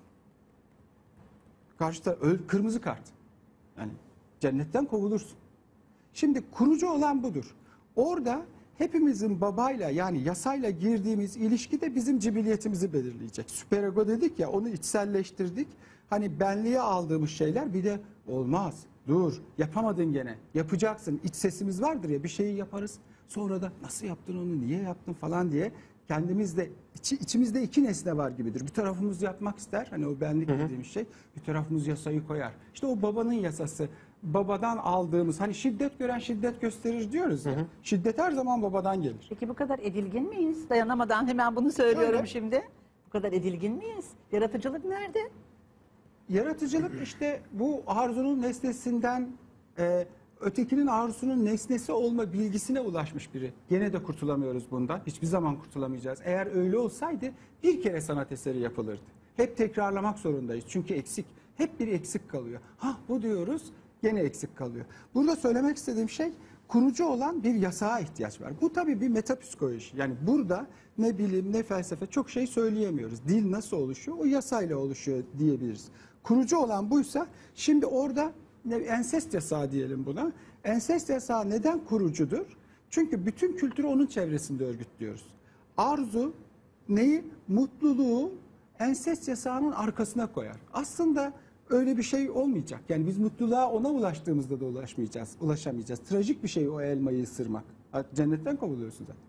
Karşıda öl, kırmızı kart. Yani cennetten kovulursun. Şimdi kurucu olan budur. Orada hepimizin babayla, yani yasayla girdiğimiz ilişki de bizim cibiliyetimizi belirleyecek. Süperego dedik ya, onu içselleştirdik. Hani benliğe aldığımız şeyler, bir de olmaz, dur, yapamadın gene, yapacaksın. İç sesimiz vardır ya, bir şeyi yaparız. Sonra da nasıl yaptın onu, niye yaptın falan diye kendimizde, içi, içimizde iki nesne var gibidir. Bir tarafımız yapmak ister, hani o benlik dediğimiz şey. Bir tarafımız yasayı koyar. İşte o babanın yasası. Babadan aldığımız, hani şiddet gören şiddet gösterir diyoruz ya. Hı hı. Şiddet her zaman babadan gelir. Peki bu kadar edilgin miyiz? Dayanamadan hemen bunu söylüyorum Öyle. şimdi. Bu kadar edilgin miyiz? Yaratıcılık nerede? Yaratıcılık işte bu arzunun nesnesinden e, ötekinin arzusunun nesnesi olma bilgisine ulaşmış biri. Gene de kurtulamıyoruz bundan. Hiçbir zaman kurtulamayacağız. Eğer öyle olsaydı bir kere sanat eseri yapılırdı. Hep tekrarlamak zorundayız. Çünkü eksik. Hep bir eksik kalıyor. Ha bu diyoruz, gene eksik kalıyor. Burada söylemek istediğim şey, kurucu olan bir yasağa ihtiyaç var. Bu tabii bir metapsikoloji. Yani burada ne bilim ne felsefe çok şey söyleyemiyoruz. Dil nasıl oluşuyor? O yasayla oluşuyor diyebiliriz. Kurucu olan buysa, şimdi orada ne, ensest yasağı diyelim buna. Ensest yasağı neden kurucudur? Çünkü bütün kültürü onun çevresinde örgütlüyoruz. Arzu neyi? Mutluluğu ensest yasağının arkasına koyar. Aslında öyle bir şey olmayacak. Yani biz mutluluğa ona ulaştığımızda da ulaşmayacağız, ulaşamayacağız. Trajik bir şey o elmayı ısırmak. Cennetten kovuluyorsun zaten.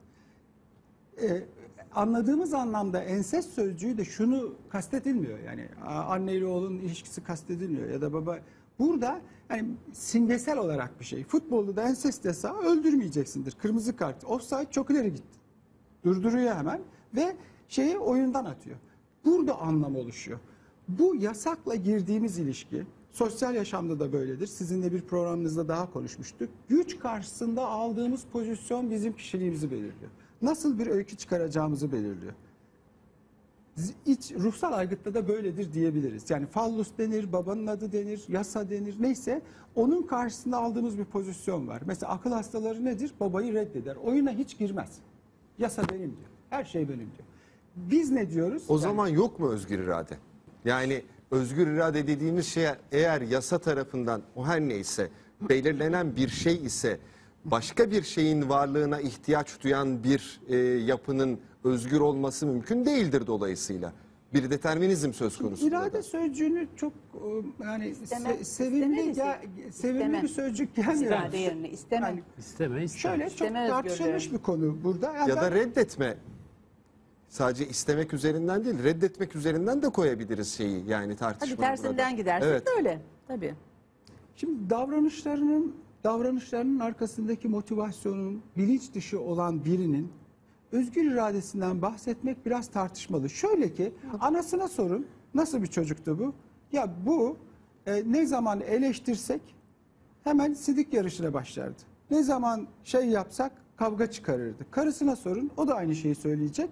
Ee, anladığımız anlamda ensest sözcüğü de şunu kastedilmiyor. Yani anne ile oğlun ilişkisi kastedilmiyor ya da baba. Burada yani simgesel olarak bir şey. Futbolda da ensest yasağı, öldürmeyeceksindir. Kırmızı kart. Offside, çok ileri gitti. Durduruyor hemen ve şeyi oyundan atıyor. Burada anlam oluşuyor. Bu yasakla girdiğimiz ilişki, Sosyal yaşamda da böyledir. Sizinle bir programınızda daha konuşmuştuk. Güç karşısında aldığımız pozisyon bizim kişiliğimizi belirliyor. Nasıl bir öykü çıkaracağımızı belirliyor. İç, ruhsal aygıtta da böyledir diyebiliriz. Yani fallus denir, babanın adı denir, yasa denir, neyse onun karşısında aldığımız bir pozisyon var. Mesela akıl hastaları nedir? Babayı reddeder. Oyuna hiç girmez. Yasa benim diyor. Her şey benim diyor. Biz ne diyoruz? O Yani, zaman yok mu özgür irade? Yani özgür irade dediğimiz şey eğer yasa tarafından o her neyse belirlenen bir şey ise başka bir şeyin varlığına ihtiyaç duyan bir e, yapının özgür olması mümkün değildir dolayısıyla. Bir determinizm söz konusu. İrade burada. sözcüğünü çok e, yani İsteme- se- sevimli isteme- ge- sevimli isteme. bir sözcük gelmiyor. İrade yerine isteme. Yani İsteme, isteme. şöyle çok İsteme tartışılmış özgürlüğü. bir konu burada. Yani Ya da ben- reddetme. Sadece istemek üzerinden değil, reddetmek üzerinden de koyabiliriz şeyi yani Hadi tartışmayı tersinden burada. gidersek Evet. öyle. Tabii. Şimdi davranışlarının davranışlarının arkasındaki motivasyonun bilinç dışı olan birinin özgür iradesinden bahsetmek biraz tartışmalı. Şöyle ki anasına sorun, nasıl bir çocuktu bu? Ya bu e, ne zaman eleştirsek hemen sidik yarışına başlardı. Ne zaman şey yapsak kavga çıkarırdı. Karısına sorun, o da aynı şeyi söyleyecek.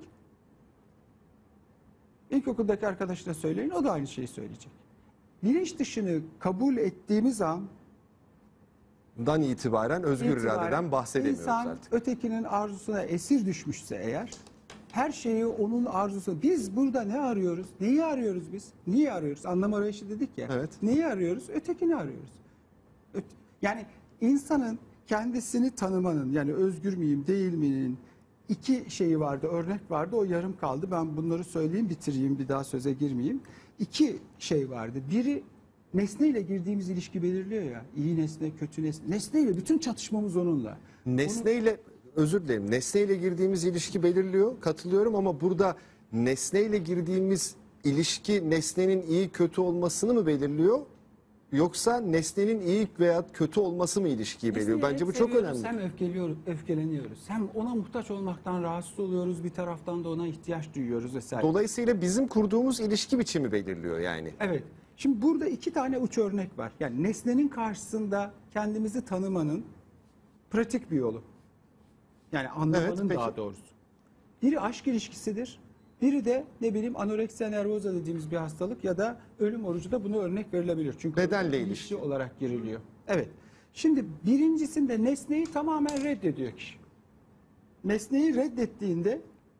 İlkokuldaki arkadaşına söyleyin, o da aynı şeyi söyleyecek. Bilinç dışını kabul ettiğimiz an Dan itibaren özgür itibaren iradeden bahsedemiyoruz insan artık. ötekinin arzusuna esir düşmüşse eğer, her şeyi onun arzusu. Biz burada ne arıyoruz? Neyi arıyoruz biz? Niye arıyoruz? Anlam arayışı dedik ya. Evet. Neyi arıyoruz? Ötekini arıyoruz. Öte- yani insanın kendisini tanımanın, yani özgür müyüm değil miyim, iki şeyi vardı, örnek vardı, o yarım kaldı. Ben bunları söyleyeyim, bitireyim, bir daha söze girmeyeyim. İki şey vardı. Biri nesneyle girdiğimiz ilişki belirliyor ya. İyi nesne, kötü nesne. Nesneyle bütün çatışmamız onunla. Nesneyle, özür dilerim, nesneyle girdiğimiz ilişki belirliyor, katılıyorum ama burada nesneyle girdiğimiz ilişki nesnenin iyi kötü olmasını mı belirliyor? Yoksa nesnenin iyi veya kötü olması mı ilişkiyi belirliyor? Nesneyi Bence hem bu çok seviyoruz, önemli. Hem öfkeliyoruz, öfkeleniyoruz. Hem ona muhtaç olmaktan rahatsız oluyoruz. Bir taraftan da ona ihtiyaç duyuyoruz vesaire. Dolayısıyla bizim kurduğumuz ilişki biçimi belirliyor yani. Evet. Şimdi burada iki tane uç örnek var. Yani nesnenin karşısında kendimizi tanımanın pratik bir yolu. Yani anlamanın Evet, peki. daha doğrusu. Biri aşk ilişkisidir. Biri de ne bileyim anoreksiya nervoza dediğimiz bir hastalık ya da ölüm orucu da buna örnek verilebilir. Çünkü Bedenle orada ilişki. olarak giriliyor. Evet. Şimdi birincisinde nesneyi tamamen reddediyor kişi. Nesneyi reddettiğinde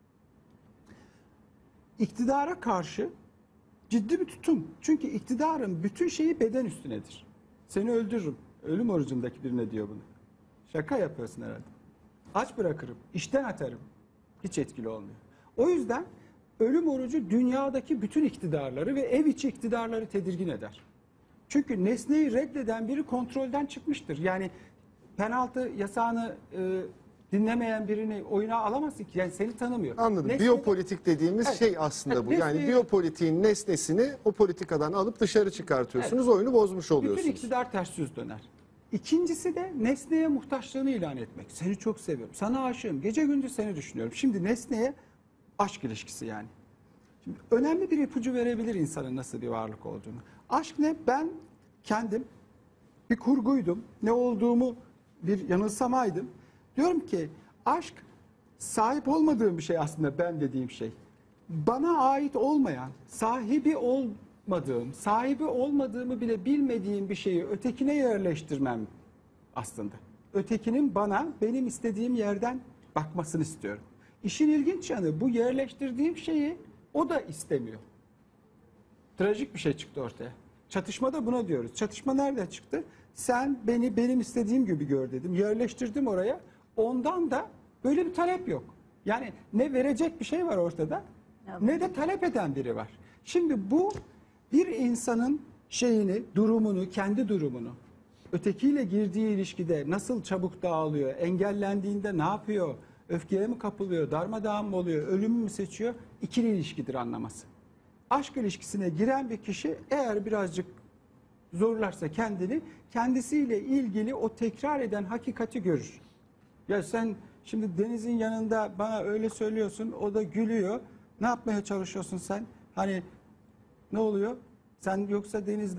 iktidara karşı ciddi bir tutum. Çünkü iktidarın bütün şeyi beden üstünedir. Seni öldürürüm. Ölüm orucundaki birine diyor bunu. Şaka yapıyorsun herhalde. Aç bırakırım, işten atarım. Hiç etkili olmuyor. O yüzden ölüm orucu dünyadaki bütün iktidarları ve ev içi iktidarları tedirgin eder. Çünkü nesneyi reddeden biri kontrolden çıkmıştır. Yani penaltı yasağını e, dinlemeyen birini oyuna alamazsın ki. Yani seni tanımıyor. Anladım. Nesne- Biyopolitik dediğimiz Evet. şey aslında Evet, bu. Yani nesneyi- biyopolitiğin nesnesini o politikadan alıp dışarı çıkartıyorsunuz. Oyunu bozmuş Bütün oluyorsunuz. iktidar ters yüz döner. İkincisi de nesneye muhtaçlığını ilan etmek. Seni çok seviyorum. Sana aşığım. Gece gündüz seni düşünüyorum. Şimdi nesneye aşk ilişkisi yani. Şimdi önemli bir ipucu verebilir insanın nasıl bir varlık olduğunu. Aşk ne? Ben kendim bir kurguydum. Ne olduğumu bir yanılsamaydım. Diyorum ki aşk sahip olmadığım bir şey aslında, ben dediğim şey. Bana ait olmayan, sahibi olmadığım, sahibi olmadığımı bile bilmediğim bir şeyi ötekine yerleştirmem aslında. Ötekinin bana benim istediğim yerden bakmasını istiyorum. İşin ilginç yanı, bu yerleştirdiğim şeyi o da istemiyor. Trajik bir şey çıktı ortaya. Çatışmada buna diyoruz. Çatışma nereden çıktı? Sen beni benim istediğim gibi gör dedim. Yerleştirdim oraya. Ondan da böyle bir talep yok. Yani ne verecek bir şey var ortada, Ya ne de talep eden biri var. Şimdi bu bir insanın şeyini, durumunu, kendi durumunu, ötekiyle girdiği ilişkide nasıl çabuk dağılıyor, engellendiğinde ne yapıyor, öfkeye mi kapılıyor, darmadağın mı oluyor, ölümü mü seçiyor? İkili ilişkidir anlaması. Aşk ilişkisine giren bir kişi eğer birazcık zorlarsa kendini, kendisiyle ilgili o tekrar eden hakikati görür. Ya sen şimdi Deniz'in yanında bana öyle söylüyorsun, o da gülüyor. Ne yapmaya çalışıyorsun sen? Hani ne oluyor? Sen yoksa Deniz'de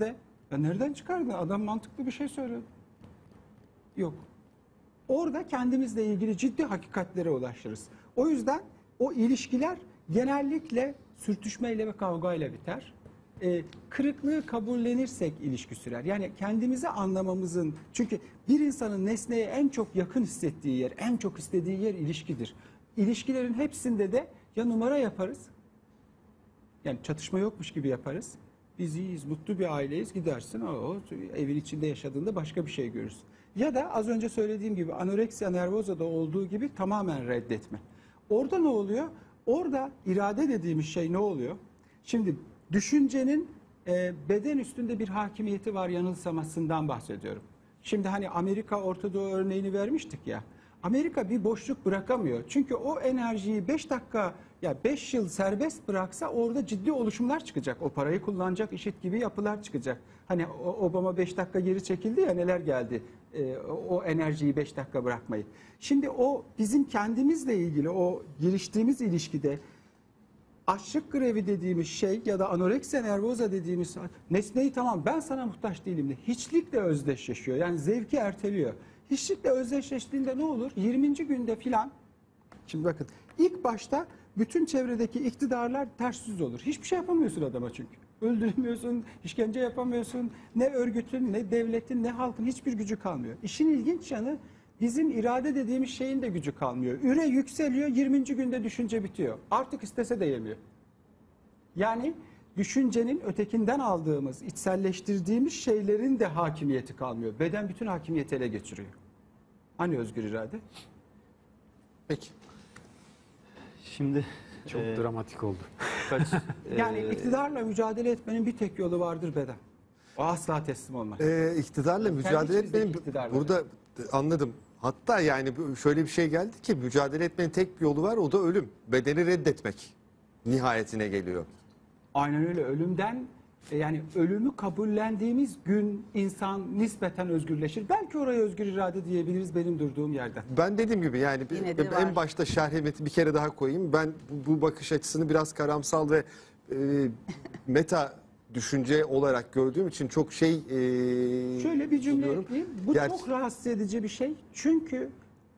Ya nereden çıkardın? Adam mantıklı bir şey söyledi. Yok. Orada kendimizle ilgili ciddi hakikatlere ulaşırız. O yüzden o ilişkiler genellikle sürtüşmeyle ve kavgayla biter. Ee, kırıklığı kabullenirsek ilişki sürer. Yani kendimizi anlamamızın, çünkü bir insanın nesneye en çok yakın hissettiği yer, en çok istediği yer ilişkidir. İlişkilerin hepsinde de ya numara yaparız, yani çatışma yokmuş gibi yaparız. Biz iyiyiz, mutlu bir aileyiz, gidersin o evin içinde yaşadığında başka bir şey görürsün. Ya da az önce söylediğim gibi anoreksiya nervoza'da olduğu gibi tamamen reddetme. Orada ne oluyor? Orada irade dediğimiz şey ne oluyor? Şimdi düşüncenin e, beden üstünde bir hakimiyeti var yanılsamasından bahsediyorum. Şimdi hani Amerika Orta Doğu örneğini vermiştik ya. Amerika bir boşluk bırakamıyor. Çünkü o enerjiyi beş dakika ya beş yıl serbest bıraksa orada ciddi oluşumlar çıkacak. O parayı kullanacak, IŞİD gibi yapılar çıkacak. Hani Obama beş dakika geri çekildi ya, neler geldi ee, o enerjiyi beş dakika bırakmayı. Şimdi o bizim kendimizle ilgili o giriştiğimiz ilişkide açlık grevi dediğimiz şey ya da anoreksiya nervoza dediğimiz nesneyi tamam ben sana muhtaç değilim de hiçlikle özdeşleşiyor. Yani zevki erteliyor. Hiçlikle özdeşleştiğinde ne olur? yirminci günde filan, şimdi bakın ilk başta bütün çevredeki iktidarlar ters yüz olur. Hiçbir şey yapamıyorsun adama çünkü. Öldüremiyorsun, işkence yapamıyorsun. Ne örgütün, ne devletin, ne halkın hiçbir gücü kalmıyor. İşin ilginç yanı bizim irade dediğimiz şeyin de gücü kalmıyor. Üre yükseliyor, yirminci günde düşünce bitiyor. Artık istese de yemiyor. Yani düşüncenin ötekinden aldığımız, içselleştirdiğimiz şeylerin de hakimiyeti kalmıyor. Beden bütün hakimiyeti ele geçiriyor. Hani özgür irade? Peki. Şimdi Çok e, dramatik oldu. kaç, Yani e, iktidarla mücadele etmenin bir tek yolu vardır, beden. O asla teslim olmaz. Ee, iktidarla mücadele içimizdeki etmenin iktidarla. burada anladım. Hatta yani bu- şöyle bir şey geldi ki mücadele etmenin tek bir yolu var, o da ölüm. Bedeni reddetmek nihayetine geliyor. Aynen öyle. Ölümden e, yani ölümü kabullendiğimiz gün insan nispeten özgürleşir. Belki oraya özgür irade diyebiliriz benim durduğum yerden. Ben dediğim gibi yani bir- Yine de en var. başta şerhimi bir kere daha koyayım. Ben bu, bu bakış açısını biraz karamsal ve e, meta düşünce olarak gördüğüm için çok şey e, Şöyle bir cümle buluyorum. ekleyeyim. Bu Ger- çok rahatsız edici bir şey. Çünkü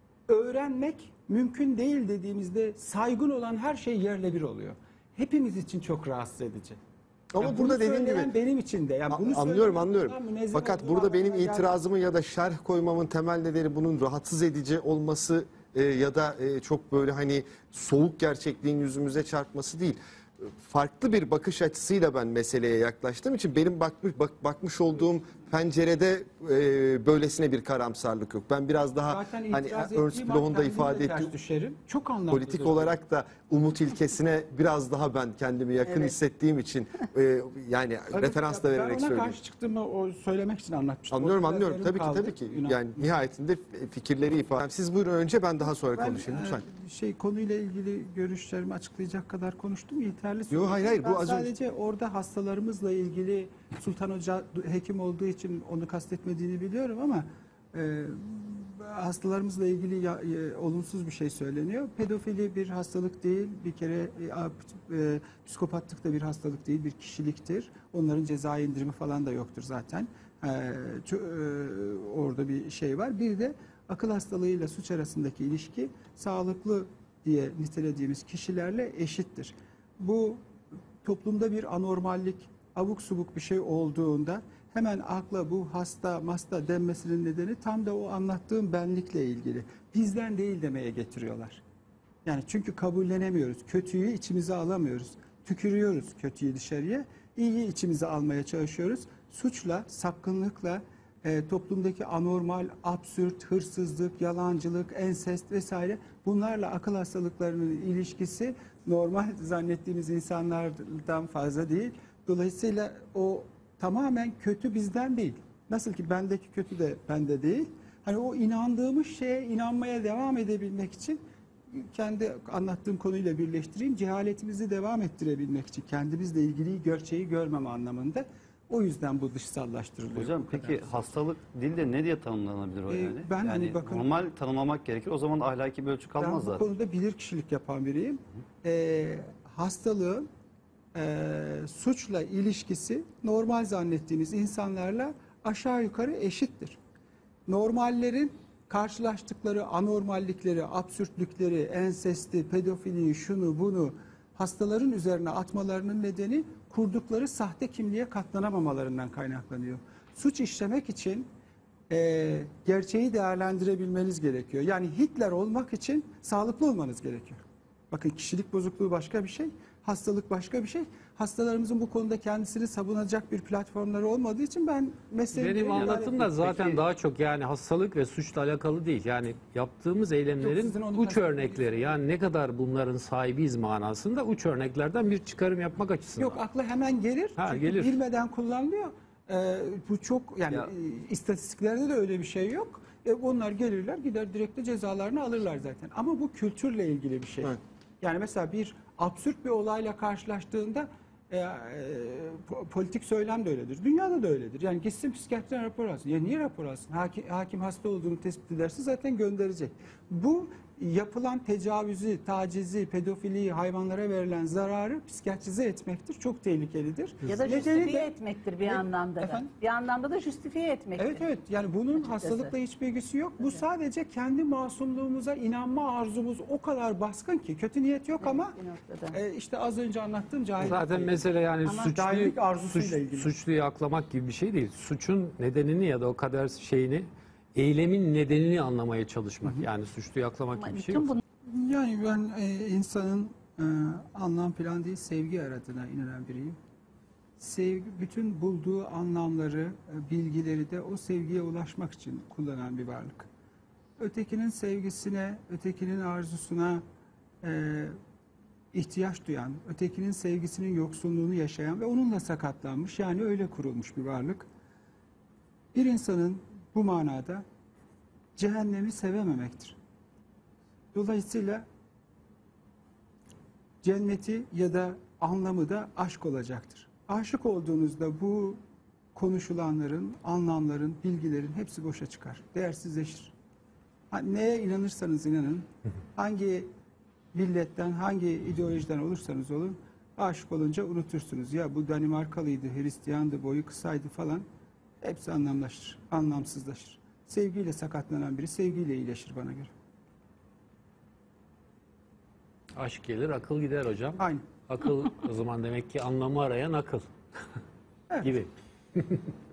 öğrenmek mümkün değil dediğimizde saygın olan her şey yerle bir oluyor. Hepimiz için çok rahatsız edici. Ama Ya burada bunu dediğim söyleyen gibi benim için de. Yani A- bunu anlıyorum söyleyen anlıyorum. bundan münezzeh Fakat olduğum burada benim anlamına gelmez. itirazımın ya da şerh koymamın temel nedeni bunun rahatsız edici olması e, ya da e, çok böyle hani soğuk gerçekliğin yüzümüze çarpması değil. E, Farklı bir bakış açısıyla ben meseleye yaklaştığım için benim bakmış, bak, bakmış olduğum pencerede e, böylesine bir karamsarlık yok. Ben biraz daha Zaten hani itiraz Ernst ettiğim an Bloch'un da kendime ifade de ters ettiği düşerim. Çok anlamlıdır. politik olarak da umut ilkesine biraz daha ben kendimi yakın Evet. hissettiğim için e, yani Evet, referans da ben vererek ona söylüyorum. karşı çıktığımı o söylemek için anlatmıştım. Anlıyorum O anlıyorum sözlerim tabii ki kaldı. tabii ki. Yunan- Yani nihayetinde fikirleri ifade. Siz buyurun önce, ben daha sonra Ben, konuşayım e, lütfen. şey konuyla ilgili görüşlerimi açıklayacak kadar konuştum. Yeterli. Yo, hayır, hayır, bu Ben az önce- sadece orada hastalarımızla ilgili Sultan Hoca hekim olduğu için onu kastetmediğini biliyorum ama e, hastalarımızla ilgili ya, e, olumsuz bir şey söyleniyor. Pedofili bir hastalık değil, bir kere e, a- e, psikopatlık da bir hastalık değil, bir kişiliktir. Onların ceza indirimi falan da yoktur zaten. E, ço- e, orada bir şey var. Bir de akıl hastalığıyla suç arasındaki ilişki sağlıklı diye nitelediğimiz kişilerle eşittir. Bu toplumda bir anormallik, abuk subuk bir şey olduğunda hemen akla bu hasta masta denmesinin nedeni tam da o anlattığım benlikle ilgili. Bizden değil demeye getiriyorlar. Yani çünkü kabullenemiyoruz. Kötüyü içimize alamıyoruz. Tükürüyoruz kötüyü dışarıya. İyiyi içimize almaya çalışıyoruz. Suçla, sapkınlıkla, e, toplumdaki anormal, absürt, hırsızlık, yalancılık, ensest vesaire bunlarla akıl hastalıklarının ilişkisi normal zannettiğimiz insanlardan fazla değil. Dolayısıyla o tamamen kötü bizden değil. Nasıl ki bendeki kötü de bende değil. Hani o inandığımız şeye inanmaya devam edebilmek için kendi anlattığım konuyla birleştireyim. Cehaletimizi devam ettirebilmek için kendimizle ilgili gerçeği görmeme anlamında. O yüzden bu dışsallaştırılıyor. Hocam Bu kadar. peki hastalık değil de ne diye tanımlanabilir o Ee, yani? ben yani hani bakın- normal tanımlamak gerekir. O zaman ahlaki bir ölçü Ben kalmaz bu zaten. konuda bilir kişilik yapan biriyim. Ee, hastalığın e, suçla ilişkisi normal zannettiğiniz insanlarla aşağı yukarı eşittir. Normallerin karşılaştıkları anormallikleri, absürtlükleri, ensesti, pedofiliyi, şunu bunu hastaların üzerine atmalarının nedeni kurdukları sahte kimliğe katlanamamalarından kaynaklanıyor. Suç işlemek için e, gerçeği değerlendirebilmeniz gerekiyor. Yani Hitler olmak için sağlıklı olmanız gerekiyor. Bakın, kişilik bozukluğu başka bir şey, hastalık başka bir şey. Hastalarımızın bu konuda kendisini savunacak bir platformları olmadığı için ben meseleyi... Benim ilan anlatım da etmek- zaten Peki- daha çok yani hastalık ve suçla alakalı değil. Yani yaptığımız Yok, eylemlerin sizin onu uç kastettiğiniz- örnekleri, yani ne kadar bunların sahibiz manasında uç örneklerden bir çıkarım yapmak açısından. Yok, akla hemen gelir. Ha, Çünkü gelir. bilmeden kullanılıyor. Ee, bu çok yani Ya- e, istatistiklerde de öyle bir şey yok. E, onlar gelirler, gider direkt de cezalarını alırlar zaten. Ama bu kültürle ilgili bir şey. Evet. Yani mesela bir absürt bir olayla karşılaştığında e, e, po- politik söylem de öyledir. Dünyada da öyledir. Yani gitsin psikiyatriden rapor alsın. Ya niye rapor alsın? Hakim, hakim hasta olduğunu tespit ederse zaten gönderecek. Bu yapılan tecavüzü, tacizi, pedofiliyi, hayvanlara verilen zararı psikiyatrize etmektir. Çok tehlikelidir. Ya da Nedeni justifiye de- etmektir bir Ne- anlamda da. Efendim? Bir anlamda da justifiye etmektir. Evet evet, yani bunun Açıkçası. hastalıkla hiçbir ilgisi yok. Bu sadece kendi masumluğumuza inanma arzumuz o kadar baskın ki kötü niyet yok ama bir noktada. e, işte az önce anlattığım cahillik. Zaten mesele yani Ama suçluyu, cahillik arzusuyla suç, ilgili. suçluyu aklamak gibi bir şey değil. Suçun nedenini ya da o kader şeyini, eylemin nedenini anlamaya çalışmak. Yani suçluyu aklamak Ama gibi bir şey bütün yok. bunu Yani ben e, insanın e, anlam falan değil, sevgi aradığına inanan biriyim. Sevgi, bütün bulduğu anlamları, e, bilgileri de o sevgiye ulaşmak için kullanan bir varlık. Ötekinin sevgisine, ötekinin arzusuna e, ihtiyaç duyan, ötekinin sevgisinin yoksunluğunu yaşayan ve onunla sakatlanmış, yani öyle kurulmuş bir varlık. Bir insanın bu manada cehennemi sevememektir. Dolayısıyla cenneti ya da anlamı da aşk olacaktır. Aşık olduğunuzda bu konuşulanların, anlamların, bilgilerin hepsi boşa çıkar. Değersizleşir. Ha, neye inanırsanız inanın, hangi milletten, hangi ideolojiden olursanız olun, aşık olunca unutursunuz. Ya bu Danimarkalıydı, Hristiyandı, boyu kısaydı falan. Hepsi anlamlaşır, anlamsızlaşır. Sevgiyle sakatlanan biri sevgiyle iyileşir bana göre. Aşk gelir, akıl gider hocam. Aynı. Akıl o zaman demek ki anlamı arayan akıl gibi.